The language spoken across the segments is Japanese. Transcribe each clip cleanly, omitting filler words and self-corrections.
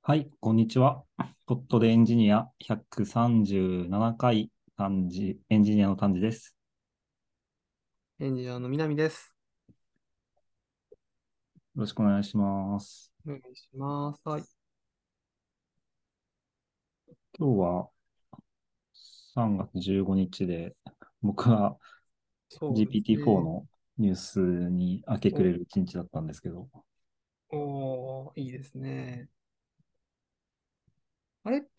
はい、こんにちは。ポットでエンジニア137回エンジニアの丹治です。 エンジニアの南です。 よろしくお願いします。 お願いします。はい。 今日は3月15日で、僕はそうです GPT-4 ね。 のニュースに明け暮お、 れる一日だったんですけど、 いいですね。あれって、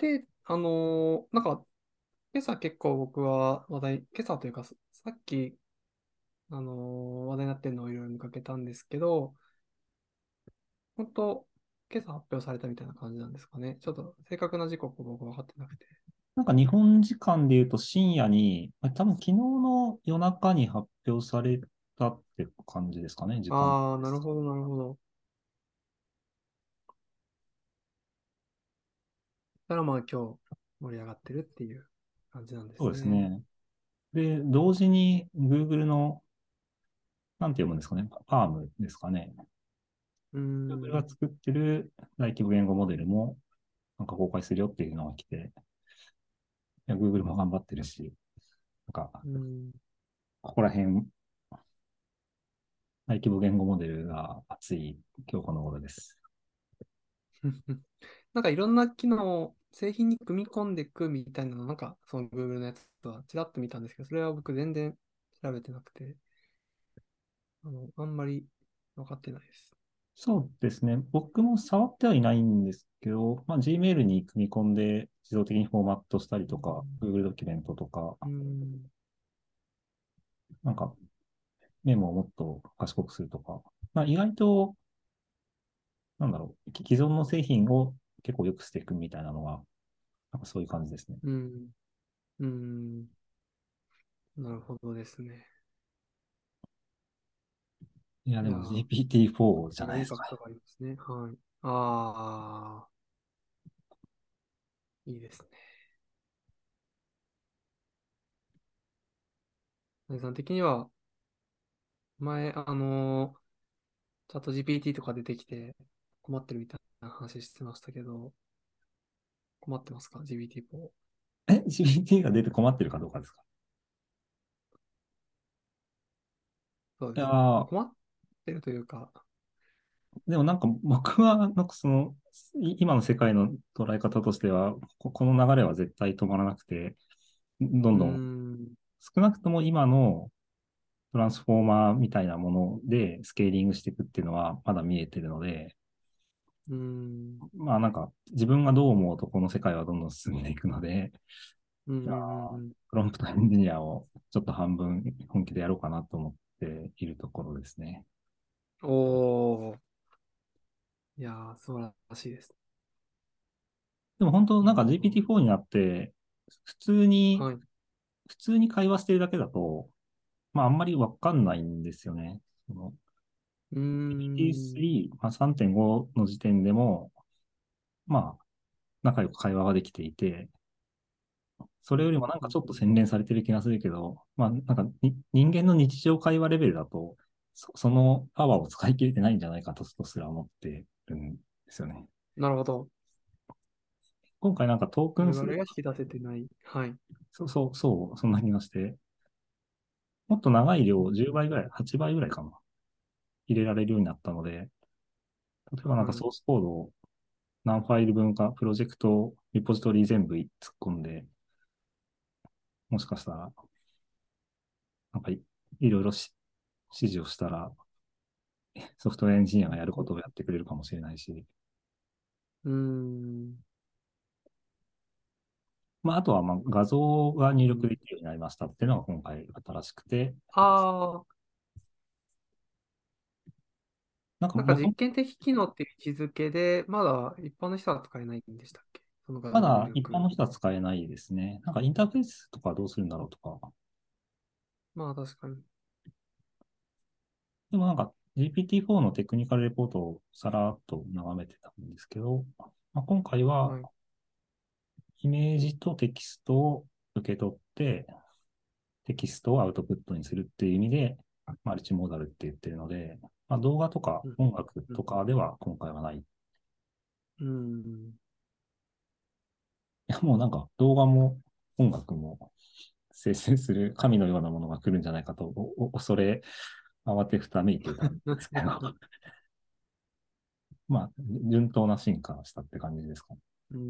今朝結構僕は今朝というか、さっき、話題になってるのをいろいろ見かけたんですけど、本当、今朝発表されたみたいな感じなんですかね。ちょっと正確な時刻僕分かってなくて。 なんか日本時間で言うと深夜に、多分昨日の夜中に発表されたって感じですかね、時間。 ああ、なるほど、なるほど。だからまあ今日盛り上がってるっていう感じなんでそうすね。 ですね。で、同時に Google のなんて読むんですかね。パームですかね。 うー Google がん、 作ってる大規模言語モデルもなんか公開するよっていうのが来て、いや Google も頑張ってるし、なんか、 うーん。 ここら辺、大規模言語モデルが熱い今日この頃です。 なんかいろんな機能を製品に組み込んでいくみたいなの、なんかその Google のやつはちらっと見たんですけど、それは僕全然調べてなくて、あんまり分かってないです。 そうですね。僕も触ってはいないんですけど、Gmail に組み込んで自動的にフォーマットしたりとか、Google ドキュメントとか、 うん、 なんかメモをもっと賢くするとか、意外と、既存の製品を結構良くしていくみたいなのが、なんかそういう感じですね。 うん、うん、なるほどですね。 いや、でもいやー、 GPT-4 じゃいやないですかね。 インパクトがありますね。はい。ああ、いいですね。なぎさん的には、前、チャット GPT とか出てきて困ってるみたいな話してましたけど、困ってますか？ GPT-4。 GPT が出て困ってるかどうかですか？いやそうですね。まあ、 ー、 困ってるというか、 でもなんか僕は、今の世界の捉え方としては、この流れは絶対止まらなくて、どうーんどん、 ん、 少なくとも今のトランスフォーマーみたいなものでスケーリングしていくっていうのはまだ見えてるので、 うーん、 なんか自分がどう思うとこの世界はどんどん進んでいくので、 うん、うじゃん、うあ、 ん。 プロンプトエンジニアをちょっと半分本気でやろうかなと思っているところですね。 おー、いやー、素晴らしいです。 でも本当なんかなるほど。 GPT-4 になって、普通に、 はい。 普通に会話してるだけだと、あんまりわかんないんですよね。 うーん、 GPT-3、3.5の時点でも、まあ、仲良く会話ができていて、そうん、 れよりうん、 もなんかちょっとうん。 洗練されてる気がするけど、なんか人間の日常会話レベルだと、そのパワーを使い切れてないんじゃないかとすら思ってるんですよね。 なるほど。 今回なんかトーク我ン数、 々が引き出せてない。はい。 そんな気がして、もっと長い量、 うん、 10倍ぐらい、8倍ぐらいかな、入れられるようになったので、例えばなんかはい。 ソースコードを何ファイル分か、プロジェクト、リポジトリ全部突っ込んで、もしかしたら、なんかいろいろ指示をしたら、ソフトウェアエンジニアがやることをやってくれるかもしれないし、 うーん、 あとは画像が入うん。 力できるようになりましたっていうのが今回新しくて、 あー、 なんかなんか実験的機能っていう位置づけで、まだ一般の人は使えないんでしたっけ？その画ま像入だ一般の力。 人は使えないですね。なんかインターフェースとかどうするんだろうとか。 まあ確かに。 でもなんか GPT-4 のテクニカルレポートをさらっと眺めてたんですけど、今回ははい。 イメージとテキストを受け取って、テキストをアウトプットにするっていう意味で、マルチモーダルって言ってるので、動画とかうん、 音楽うん、 とかでは今回はない。 うん。 いや、もうなんか動画も音楽も生成する神のようなものが来るんじゃないかと恐れ、慌てふためいていたんですけど、まあ、順当な進化したって感じですかね。 うん。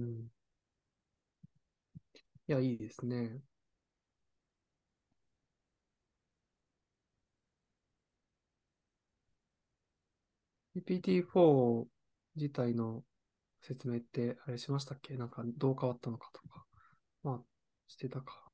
いや、いいですね。GPT-4 自体の説明ってあれしましたっけ？なんかどう変わったのかとか。まあ、してたか。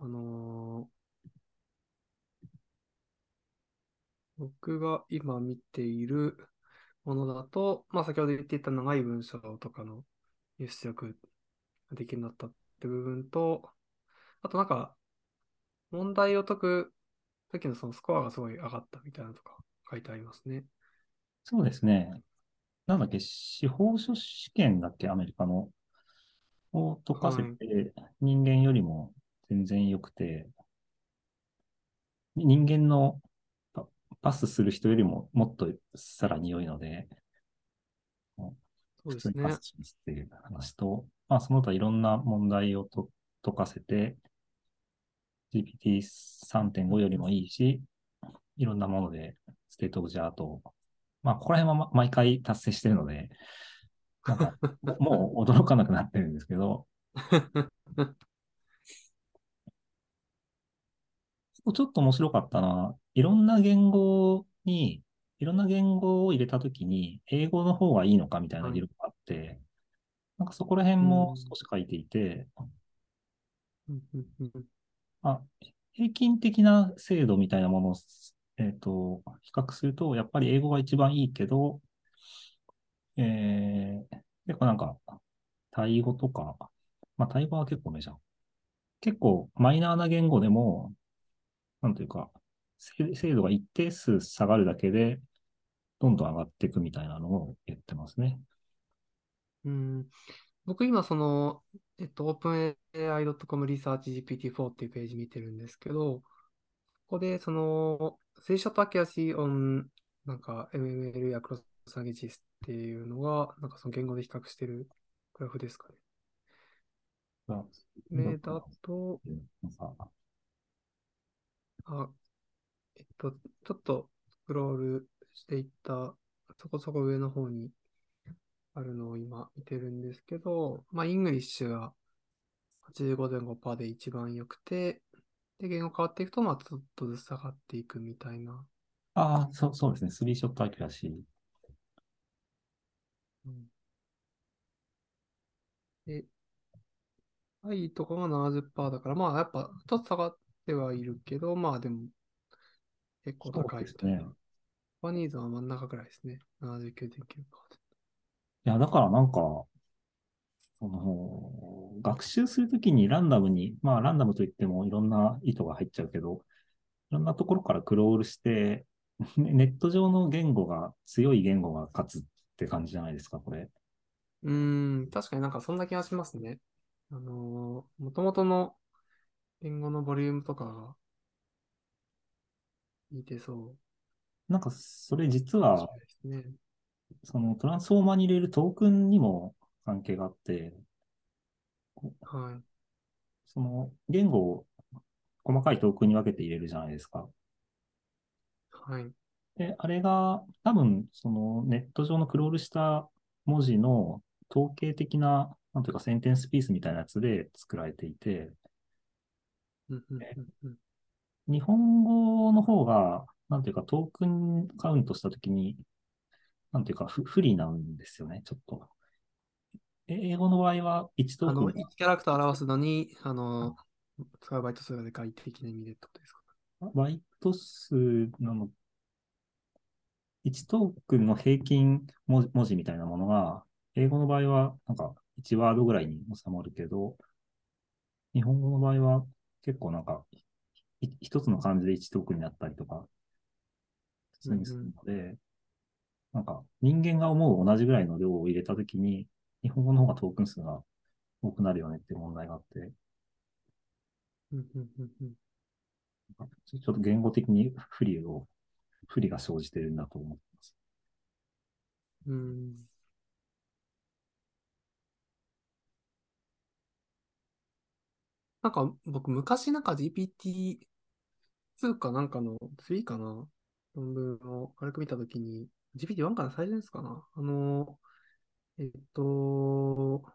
僕が今見ているものだと、まあ先ほど言っていた長い文章とかの輸出力ができるようになったって部分と、あとなんか問題を解く時のそのスコアがすごい上がったみたいなのとか書いてありますね。 そうですね。なんだっけ、司法書試験だっけ、アメリカの。を解かせはい。 て、人間よりも全然良くて、人間のパパスする人よりももっとさらに良いので、 そう普通にパスですね。 しますっていう話と、まあ、その他いろんな問題を解かせて、GPT-3.5 よりもいいし、いろんなもので、ステートオブジャートを、まあ、ここら辺は毎回達成してるので、なんか、もう驚かなくなってるんですけど、ちょっと面白かったのは、いろんな言語を入れたときに、英語の方がいいのかみたいなはい。 議論があって、なんかそこら辺もうん。 少し書いていて、 うんうんうんあ、平均的な精度みたいなものを、比較すると、やっぱり英語が一番いいけど、結構なんか、タイ語とか、まあ、タイ語は結構メジャー。結構マイナーな言語でも、なんというか、精度が一定数下がるだけで、どんどん上がっていくみたいなのを言ってますね。 うん。僕今その、OpenAI.com リサーチ GPT-4 っていうページ見てるんですけど、ここでその、スリーショットアキュラシー on なんか MML やクロスランゲージスっていうのが、なんかその言語で比較してるグラフですかね。 がこれだと、 なんかあ、ちょっとスクロールしていった、そこそこ上の方にあるのを今見てるんですけど、まあ、イングリッシュが85.5%で一番良くて、で、言語変わっていくと、まあ、ちょっとずつ下がっていくみたいな。 そうですね。スリーショットアキュラシー。 うん、で、いいところが70%だから、まあ、やっぱ、ちょっと下がってはいるけど、まあ、でも、結構そう高いですね。 みたいな。ファニーズは真ん中くらいですね。79.9%。 いや、だからなんか、学習するときにランダムに、まあランダムといってもいろんな意図が入っちゃうけど、いろんなところからクロールして、ネット上の言語が、強い言語が勝つって感じじゃないですか、これ。 確かになんかそんな気がしますね。もともとの言語のボリュームとかが似てそうなんか、それ実は、 かもしれないですね。 そのトランスフォーマーに入れるトークンにも関係があって、 はい。 その言語を細かいトークンに分けて入れるじゃないですか。 はい。 で、あれが多分、そのネット上のクロールした文字の統計的な、なんというかセンテンスピースみたいなやつで作られていて、 うんうんうんうん。 日本語の方が、なんていうかトークンカウントしたときに、なんていうか不利なんですよね、ちょっと。英語の場合は1トークンが 1キャラクターを表すのに、使うバイト数がでかい的な意味でってことですか？ バイト数なの、1トークンの平均文字みたいなものが、英語の場合はなんか1ワードぐらいに収まるけど、日本語の場合は結構なんか一つの漢字で1トークンになったりとか、普通にするうんので、なんか人間が思う同じぐらいの量を入れたときに、日本語の方がトークン数が多くなるよねっていう問題があって、 うん。うんうんうんちょっと言語的に不利が生じてるんだと思ってます。 うん。うん。 なんか僕昔なんか GPT-2 かなんかの3かな論文を軽く見たときに、GPT-1 かな最初ですかなえっと、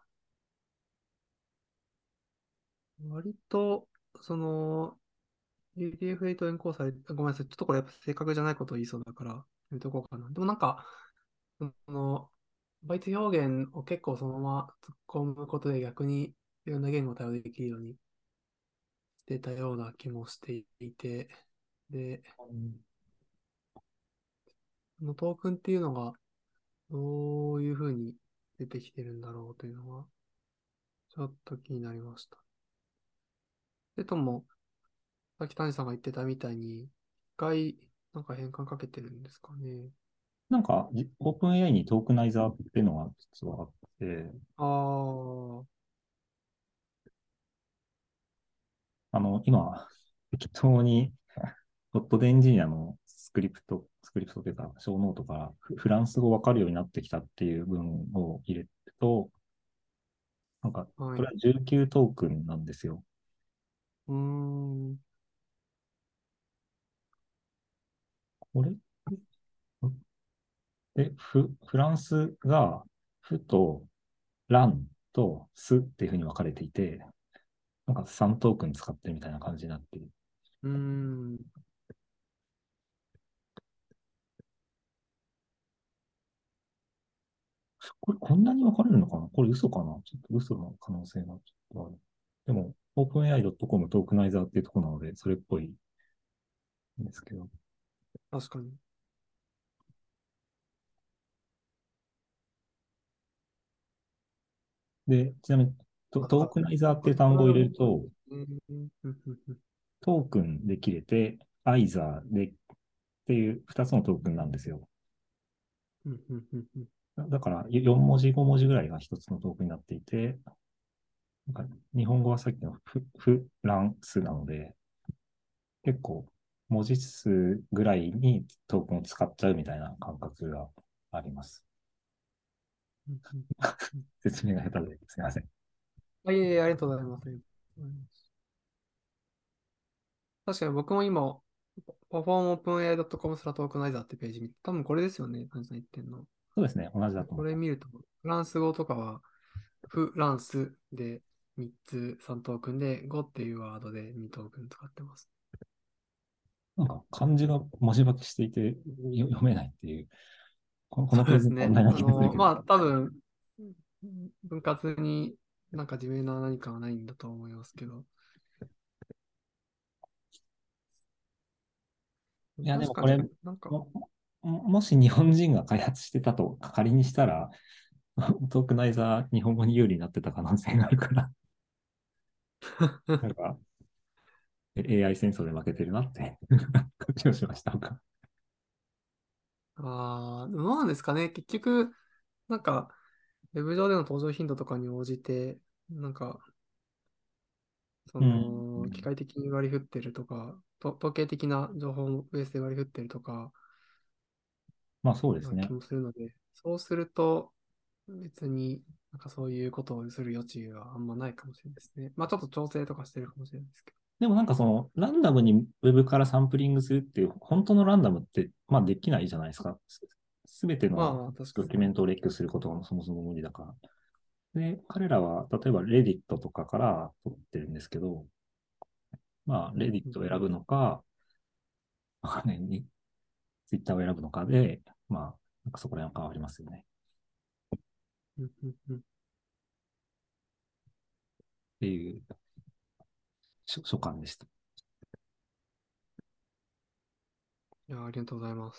割と、その、UTF-8 エンコードされ、ごめんなさい。ちょっとこれやっぱ正確じゃないことを言いそうだから、やめとこうかな。でもなんか、その、バイト表現を結構そのまま突っ込むことで逆にいろんな言語を対応できるようにしてたような気もしていて、で、このトークンっていうのがどういうふうに出てきてるんだろうというのがちょっと気になりました。で、とも、さっき谷さんが言ってたみたいに、一回なんか変換かけてるんですかね。 なんか、オープン AI にトークナイザーっていうのが実はあって、 ああ、 今、適当に、ドットでエンジニアのスクリプトというか、小ノートからフランス語わかるようになってきたっていう文を入れると、なんか、 はい。 これは19トークンなんですよ。 うーん、 これで、フランスが、フとランとスっていうふうに分かれていて、なんか3トークン使ってるみたいな感じになっている。 うーん、 これこんなに分かれるのかなこれ嘘かなちょっと嘘の可能性がちょっとある。でも、OpenAI.com トークナイザーっていうところなので、それっぽいんですけど。 確かに。 で、ちなみにトークナイザーっていう単語を入これは本当に、 れると、トークンで切れて、アイザーでっていう2つのトークンなんですよ。だから4文字、5文字ぐらいが1つのトークンになっていて、なんか日本語はさっきのフランスなので、結構文字数ぐらいにトークンを使っちゃうみたいな感覚があります。説明が下手ですみません。 あ、いえいえ、ありがとうございます。ありがとうございます。確かに僕も今、performopenai.com スラトークナイザーってページ見て、多分これですよね、谷さん言ってんの。 そうですね。同じだと思います。 これ見ると、フランス語とかは、フランスで3つ3トークンで、語っていうワードで2トークン使ってます。 なんか漢字が文字化けしていて読めないっていう、このそうページですね。 の問題な気がするけど。 まあ、多分、分割になんか自明な何かはないんだと思いますけど、 いや、で確かにもこれ、 なんか、 も、もし日本人が開発してたと仮にしたら、トークナイザー日本語に有利になってた可能性があるから、なんか AI 戦争で負けてるなって感じをしました。 ああ、どうなんですかね。結局、なんか、ウェブ上での登場頻度とかに応じて、なんか、 うん。 機械的に割り振ってるとか、統計的な情報をベースで割り振ってるとか、 まあそうですね。 な気もするので、そうすると、別になんかそういうことをする余地はあんまないかもしれないですね。まあちょっと調整とかしてるかもしれないですけでもなんかその、ランダムにウェブからサンプリングするっていう、本当のランダムって、まあできないじゃないですか。すべてど。 のまあ確かに。 ドキュメントを列挙することがそもそも無理だから。で、彼らは、例えばレディットとかから取ってるんですけど、まあ、レディットを選ぶのか、まあね、ツイッターを選ぶのかで、まあ、なんかそこら辺は変わりますよね。っていう所感でした。 いや、ありがとうございます。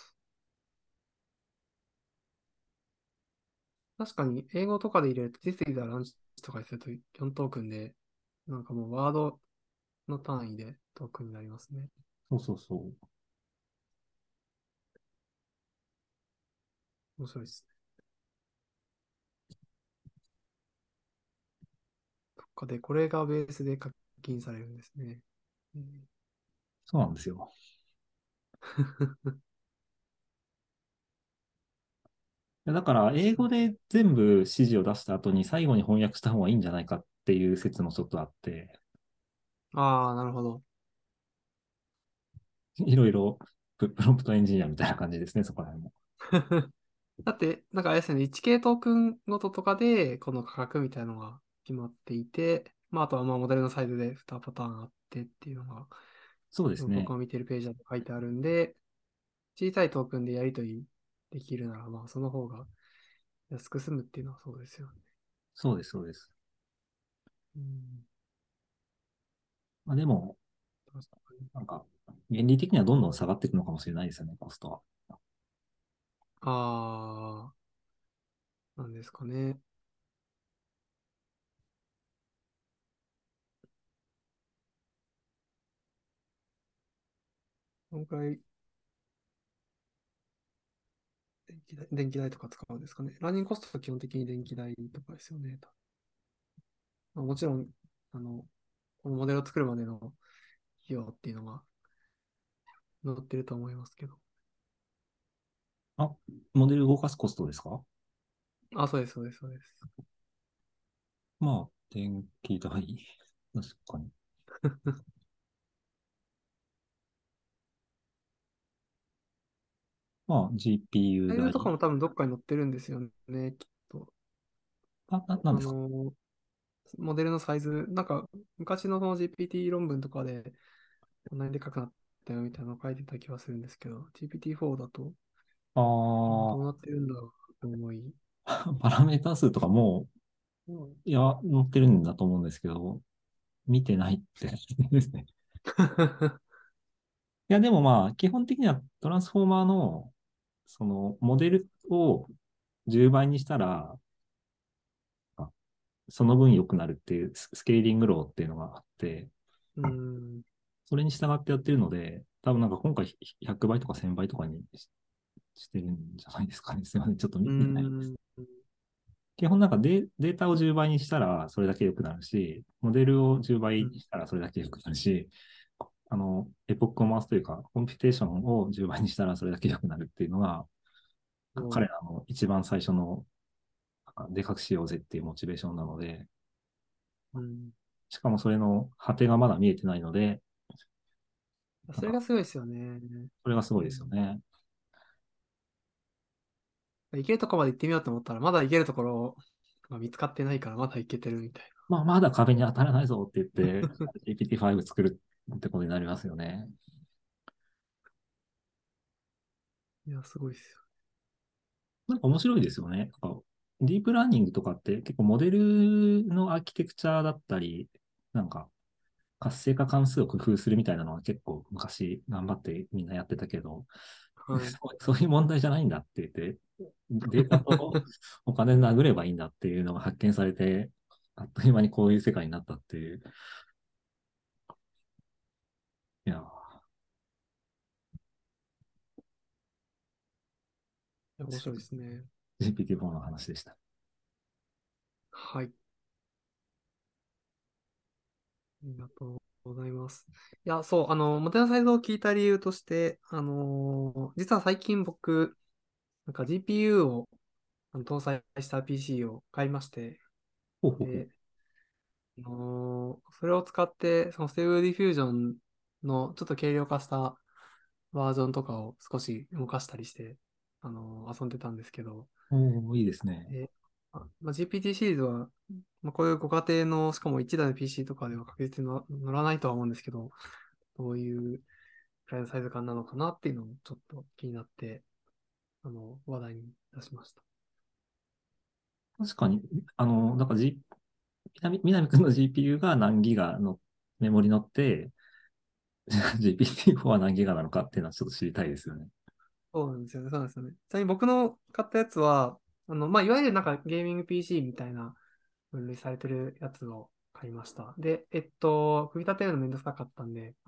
確かに、英語とかで入れると、This is a lunch とかにすると4トークンで、なんかもうワードの単位でトークンになりますね。 そうそうそう。 面白いですね。そっかで、これがベースで課金されるんですね。 そうなんですよ。だから、 面白い。 英語で全部指示を出した後に最後に翻訳した方がいいんじゃないかっていう説もちょっとあって、 ああ、なるほど。 いろいろプロンプトエンジニアみたいな感じですね、そこら辺も。 だって、なんかあれですね、1K トークンごととかで、この価格みたいなのが決まっていて、まあ、あとはまあモデルのサイズで2パターンあってっていうのが、 そうですね。 僕が見てるページだと書いてあるんで、小さいトークンでやり取りできるなら、まあ、その方が安く済むっていうのはそうですよね。 そうです、そうです。 うん、 まあ、でも、 確かに。 なんか、原理的にはどんどん下がっていくのかもしれないですよね、コストは。 ああ、なんですかね。どのくらい電気代とか使うんですかね。ランニングコストは基本的に電気代とかですよね。まあ、もちろん、このモデルを作るまでの費用っていうのが載ってると思いますけど。 あ、モデル動かすコストですか？ あ、そうです、そうです、そうです。 まあ、電気代。確かに。まあ、GPU サイズとか代。 も多分どっかに載ってるんですよね、きっと。 なんあですか？ の、モデルのサイズ、なんか昔のその GPT 論文とかで、こんなにでかくなったよみたいなのを書いてた気がするんですけど、GPT-4 だと、どうなあってるんだろうと思い。 あ、パラメータ数とかもう、いや、載ってるんだと思うんですけど、見てないってですね。いや、でもまあ、基本的にはトランスフォーマーの、その、モデルを10倍にしたら、あその分良くなるっていうスケーリングローっていうのがあって、 うん、 それに従ってやってるので、多分なんか今回100倍とか1000倍とかにしてるんじゃないですかね。すいません。ちょっとう見てないです。 ん、 基本なんかデータを10倍にしたらそれだけ良くなるし、モデルを10倍うん、 にしたらそれだけ良くなるし、エポックを回すというか、コンピュテーションを10倍にしたらそれだけ良くなるっていうのが、彼らの一番最初の、でかくしようぜっていうモチベーションなので、 うん。 しかもそれの果てがまだ見えてないので、なんか、 それがすごいですよね。 それがすごいですようん。 ね。 行けるとこまで行ってみようと思ったら、まだ行けるところが見つかってないから、まだ行けてるみたいまあ、まだ壁に当たらないぞって言って、 な。 GPT-5 作るってことになりますよね。 いや、すごいですよ。 なんか面白いですよね。なんかディープラーニングとかって結構モデルのアーキテクチャだったり、なんか活性化関数を工夫するみたいなのは結構昔頑張ってみんなやってたけど、 はい。 そういう問題じゃないんだって言って、データとお金で殴ればいいんだっていうのが発見されて、あっという間にこういう世界になったっていう。いやいや、面白いですね。 GPT-4 の話でした。 はい。ありがとうございます。いや、そう、モテなサイズを聞いた理由として、実は最近僕、なんか GPU を搭載した PC を買いまして、 ほうほうほう。 で、それを使って、そのステーブルディフュージョンのちょっと軽量化したバージョンとかを少し動かしたりして、遊んでたんですけど、 おー、いいですね。 で、GPT シリーズは、こういうご家庭の、しかも1台の PC とかでは確実に乗らないとは思うんですけど、どういうくらいのサイズ感なのかなっていうのもちょっと気になって、話題に出しました。 確かに、だから、南君の GPU が何ギガのメモリ乗って、GPT-4 は何ギガなのかっていうのはちょっと知りたいですよね。 そうなんですよね。そうなんですよね。ちなみに僕の買ったやつは、いわゆるなんかゲーミング PC みたいな分類されてるやつを買いました。で、組み立てるのめんどくさかったんで、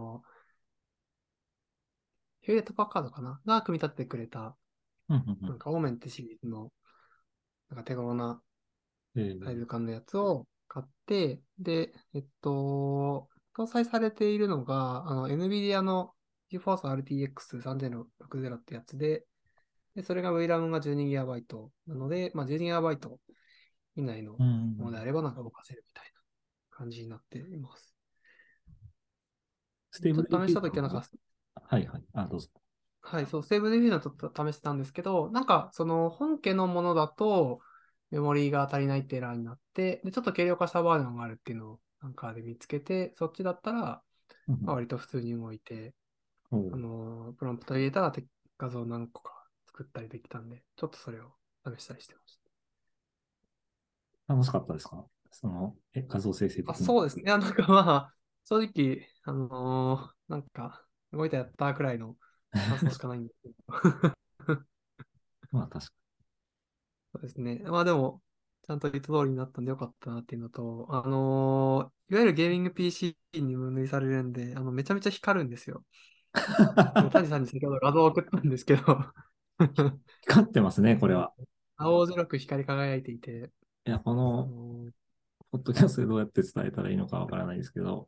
ヒューレットパッカードかなが組み立ててくれた、 うんうんうん。 なんかオーメンってシリーズの、なんか手頃なサイズえー感のやつを買って、で、搭載されているのが、NVIDIA の GeForce RTX 3060ってやつで、それが VRAM が 12GB なので、12GB 以内のうん。 ものであればなんか動かせるみたいな感じになっています。 ステーブルディちょっと試しフュージョンも、 たときはなんか、 はいはい。あ、どうぞ。 はい、そう、セーブディフュージョンちょっと試したんですけど、なんか、その本家のものだと、メモリーが足りないってエラーになって、で、ちょっと軽量化したバージョンがあるっていうのを、なんかで見つけて、そっちだったら、まあ、 うん、 割と普通に動いて、 おうプロンプト入れたら画像何個か作ったりできたんで、ちょっとそれを試したりしてまし楽しかったですか？画像生成た。あ、 的に。 そうですね。いや、なんかまあ、正直、なんか、動いたやったくらいの感想しかないんですけど。 まあ確かそうですね。まあでも、ちゃんと意図通りになったんでよかったなっていうのと、いわゆるゲーミング PC に分類されるんで、めちゃめちゃ光るんですよ。谷さんに先ほど画像を送ったんですけど光ってますね、これは。 青白く光り輝いていて、 いや、この、 あのーポッドキャストでどうやって伝えたらいいのかわからないですけど、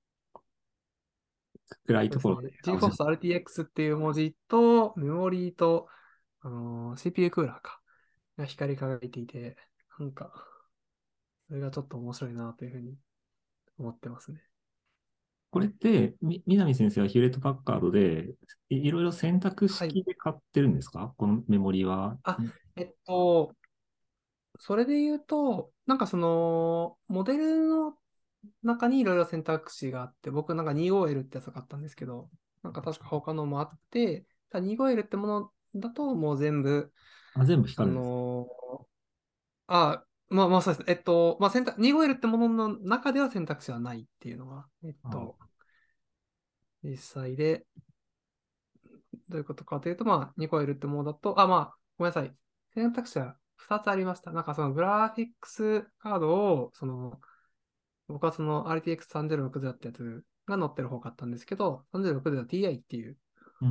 暗いところでそうですね。 青白 GeForce RTX っていう文字と、メモリーと、CPU クーラーか、が光り輝いていて、なんか、それがちょっと面白いなというふうに思ってますね。 これって、南先生はヒューレットパッカードで、いろいろ選択はい。 式で買ってるんですか？このメモリは。 あ、えっと、それで言うと、なんかその、モデルの中にいろいろ選択肢があって、僕なんか 25L ってやつが買ったんですけど、なんか確か他のもあって、ただ 25L ってものだともう全部、 あ、全部あ光るんです。 のあ、まあまあそうですね。まあ25L ってものの中では選択肢はないっていうのが、 あ、 実際で、どういうことかというと、まあ、2個 L ってものだと、あ、まあ、ごめんなさい。選択肢は2つありました。なんかそのグラフィックスカードを、僕はその RTX3060 ってやつが載ってる方を買ったんですけど、3060Ti っていううん。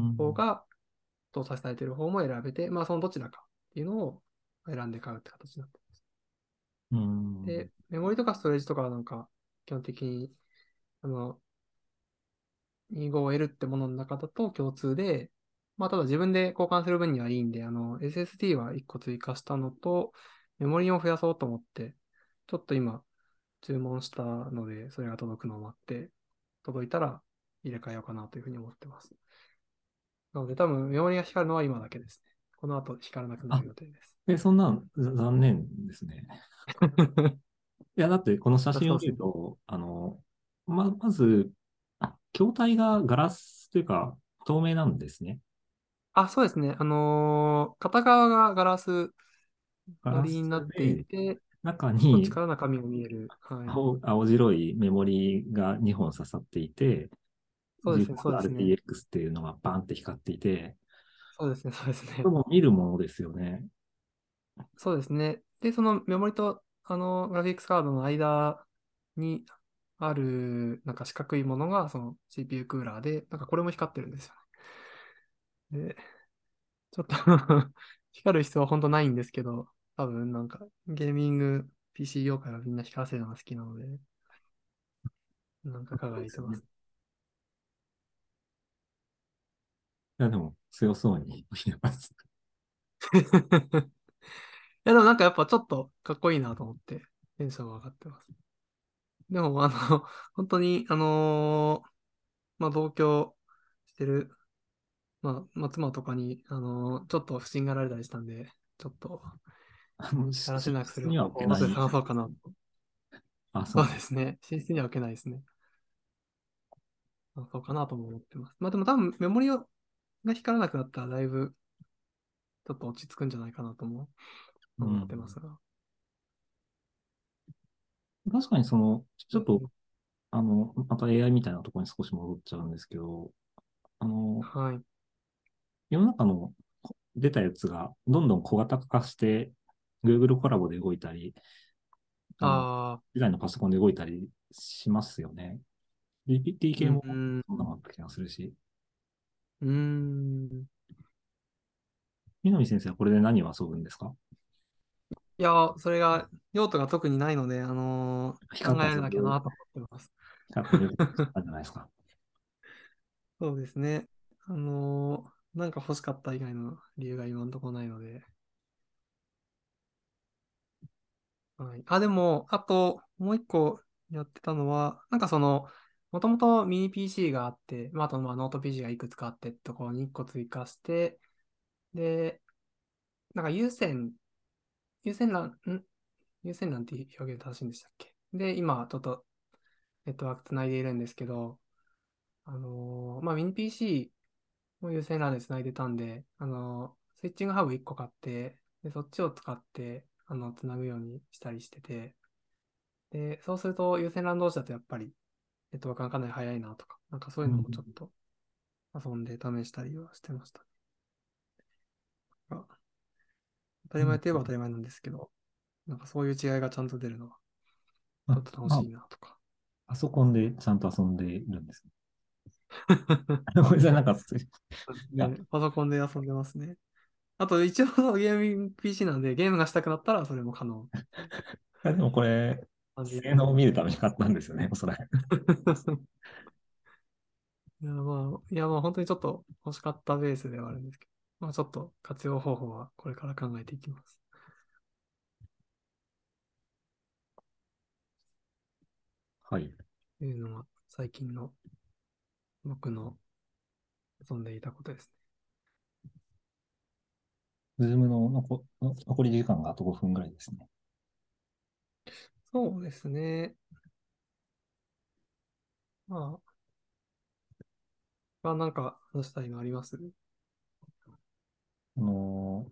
方が搭載されている方も選べて、まあそのどちらかっていうのを選んで買うって形になってます。 うん。 で、メモリとかストレージとかはなんか、基本的に、あの、25L ってものの中だと共通で、まあ、ただ自分で交換する分にはいいんで、SSD は1個追加したのと、メモリを増やそうと思って、ちょっと今、注文したので、それが届くのを待って、届いたら入れ替えようかなというふうに思ってます。なので、多分、メモリが光るのは今だけですね。この後、光らなくなあ、 る予定です。 そんな、残念ですね。いや、だって、この写真を見そうですね。 ると、まず、筐体がガラスというか、透明なんですね。 あ、そうですね。片側がガラス張ガラスりになっていで、 て、 中にそっちから中身が見える。はい。 青白いメモリが2本刺さっていて、 そうですね、そうですね。 GeForce RTX っていうのがバンって光っていて、 そうですね、そうですね。 これも見るものですよね。 そうですね。で、そのメモリとグラフィックスカードの間にある、なんか四角いものがその CPU クーラーで、なんかこれも光ってるんですよね。で、ちょっと光る必要は本当ないんですけど、多分なんかゲーミング PC 業界はみんな光らせるのが好きなので、なんかそうですよね。い輝いてます。 や、でも強そうに見えます。 いや、でもなんかやっぱちょっとかっこいいなと思ってテンションが上がってます。でも、本当に、まあ、同居してる、まあ、妻とかに、ちょっと不審がられたりしたんで、ちょっと、やらせなくする寝室には方法を後で置けない。 探そうかなと。 あ、そそうなん。 うですね。寝室には置けないですね。そうかなとも思ってます。まあ、でも多分、メモリが光らなくなったら、だいぶ、ちょっと落ち着くんじゃないかなとも思ってまうん。 すが。 確かにちょっと、 うん。 また AI みたいなところに少し戻っちゃうんですけど、あの、 はい。 世の中の出たやつがどんどん小型化して、Google コラボで動いたり、 ああ、 以外のパソコンで動いたりしますよね。GPT うー系もん、 そんなのあった気がするし。 うーん。 南先生はこれで何を遊ぶんですか？ いや、それが、用途が特にないので、考光ったらそれで、 えなきゃなと思ってます。 光って見てたんじゃないですか。 そうですね。なんか欲しかった以外の理由が今のところないので。はい。あ、でも、あと、もう一個やってたのは、なんかその、 もともとミニ PC があって、まあ、あとまあノート PC がいくつかあってってところに1個追加して、で、なんか有線 LAN、有線 LAN って表現正しいんでしたっけ？で、今、ちょっとネットワークつないでいるんですけど、まあ、ミニ PC も有線 LAN でつないでたんで、スイッチングハブ1個買って、で、そっちを使って、つなぐようにしたりしてて、で、そうすると有線 LAN 同士だとやっぱりネットワークがかなり早いなとか、なんかそういうのうん。 もちょっと遊んで試したりはしてました。当たり前といえば当たり前なんですけど、なんかそういう違いがちゃんと出るのはちょっと楽しいなとか。 パソコンでちゃんと遊んでいるんですね。これじゃなんか、いや、 ね、パソコンで遊んでますね。あと一応ゲーミング PC なんで、ゲームがしたくなったらそれも可能っていうでもこれ、 感じ性能を見るために買ったんですよね、おそらく。 いやまあ本当にちょっと欲しかったベースではあるんですけど、まあちょっと活用方法はこれから考えていきます。 はい。 というのが最近の僕の遊んでいたことですね。 ズームの残り時間があと5分ぐらいですね。 そうですね。まなんか話したいのあります？ あの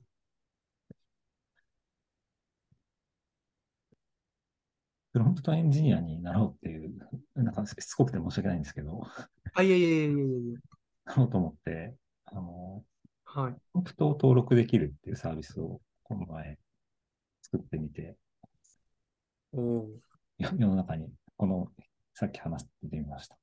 プロンプトエンジニアになろうっていう、なんかしつこくて申し訳ないんですけど、 あ、いやいやいやいやいやいや。 なろうと思って、あのはい。 プロンプトを登録できるっていうサービスをこの前作ってみて、 おお。 世の中にさっき話してみました。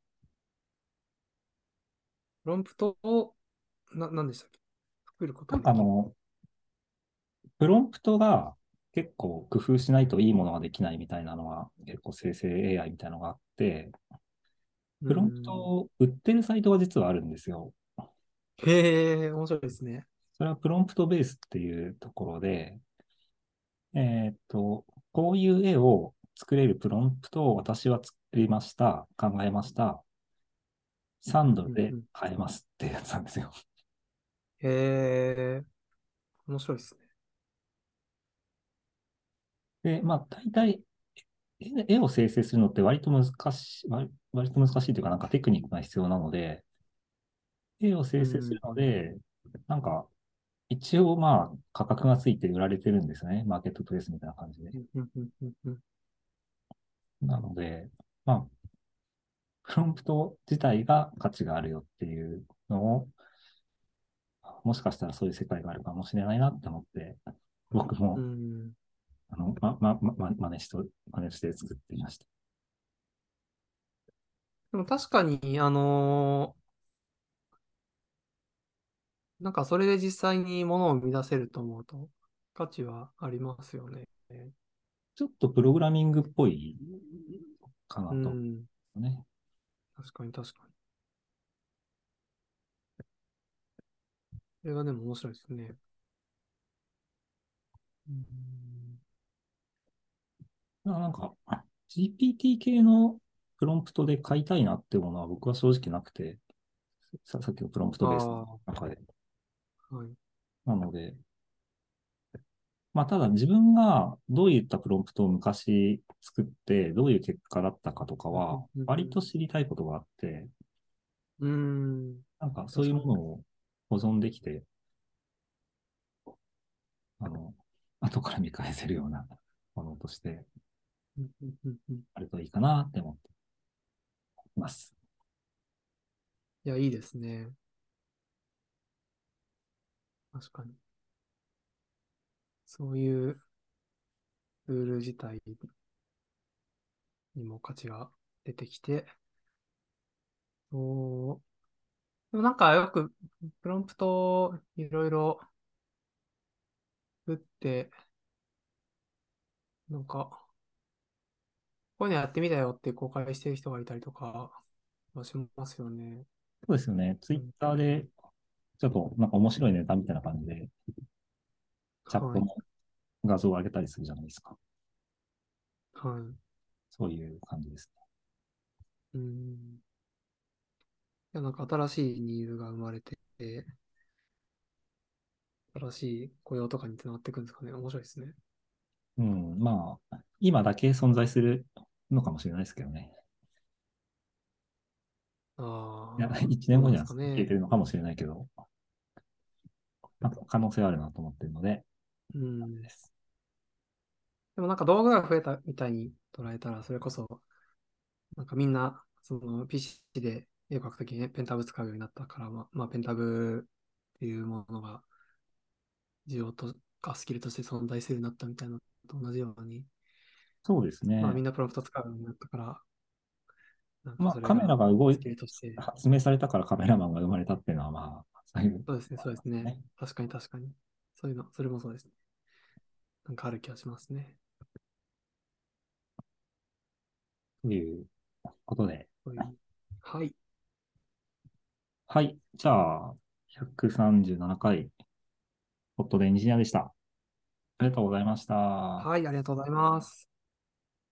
プロンプトを、なんでしたっけ？作ることなんができる。 かプロンプトが結構工夫しないといいものができないみたいなのは、結構生成 AI みたいなのがあって、 うープロンプトん。 を売ってるサイトが実はあるんですよ。 へえ、面白いですね。 それはプロンプトベースっていうところで、えーっと、こういう絵を作れるプロンプトを私は作りました、考えました、3ドルでうんうん。 買えますってやつなんですよ。 へえ、面白いですね。 で、まあ、大体、絵を生成するのって割と難しいというか、なんかテクニックが必要なので、絵を生成するうん。 ので、なんか、一応まあ、価格がついて売られてるんですね。マーケットプレイスみたいな感じで。 うんうんうんうんうん。 なので、まあ、プロンプト自体が価値があるよっていうのを、もしかしたらそういう世界があるかもしれないなって思って、僕うも、 ん。 真似して作ってみました。 でも確かに、なんかそれで実際にものを生み出せると思うと価値はありますよね。 ちょっとプログラミングっぽいかなとうん。 ね。 確かに確かに。それがでも面白いですね。うん。 なんか、GPT 系のプロンプトで買いたいなっていうものは僕は正直なくて、さっきのプロンプトベースのああ、 中で。 はい。 なので、まあ、ただ自分がどういったプロンプトを昔作って、どういう結果だったかとかは、 うんうんうん割と知りたいことがあって、 うん。うーん。 なんかそういう確かに。 ものを保存できて、あの、後から見返せるようなものとしてうんうんうんうん。 あるといいかなって思っています。 いや、いいですね。確かに。そういうルール自体にも価値が出てきて、そう。でもなんかよくプロンプトをいろいろ打って、なんか、こういうのやってみたよって公開してる人がいたりとかはしますよね。 そうですよね。ツイッうん。 ターでちょっとなんか面白いネタみたいな感じで、チャッはい。 トの画像を上げたりするじゃないですか。 はい。 そういう感じですね。 うん。いや、なんか新しいニーズが生まれて、新しい雇用とかにつながっていくんですかね。面白いですね。 うん、まあ、今だけ存在するのかもしれないですけどね。いや、 ああ、 1年後にはどうなんですか消えてね。 るのかもしれないけど、なんか可能性はあるなと思ってるので、 うん。 です。 でもなんか道具が増えたみたいに捉えたら、それこそ、なんかみんな、その PC で絵を描くときにね、ペンタブ使うようになったから、まあ、ペンタブっていうものが需要とかスキルとして存在するようになったみたいなのと同じように、 そうですまあみね。 んなプロンプト使うようになったから、なんかまあ、カメラそれががスキルとして、 発明されたからカメラマンが生まれたっていうのは、まあ、そういうそうですね、そうですね。 ね。 確かに確かに。そういうの、それもそうですね。なんかある気がしますね。 ということで、 そういう。はい。 はい。じゃあ、137回、ホットでエンジニアでした。ありがとうございました。 はい、ありがとうございます。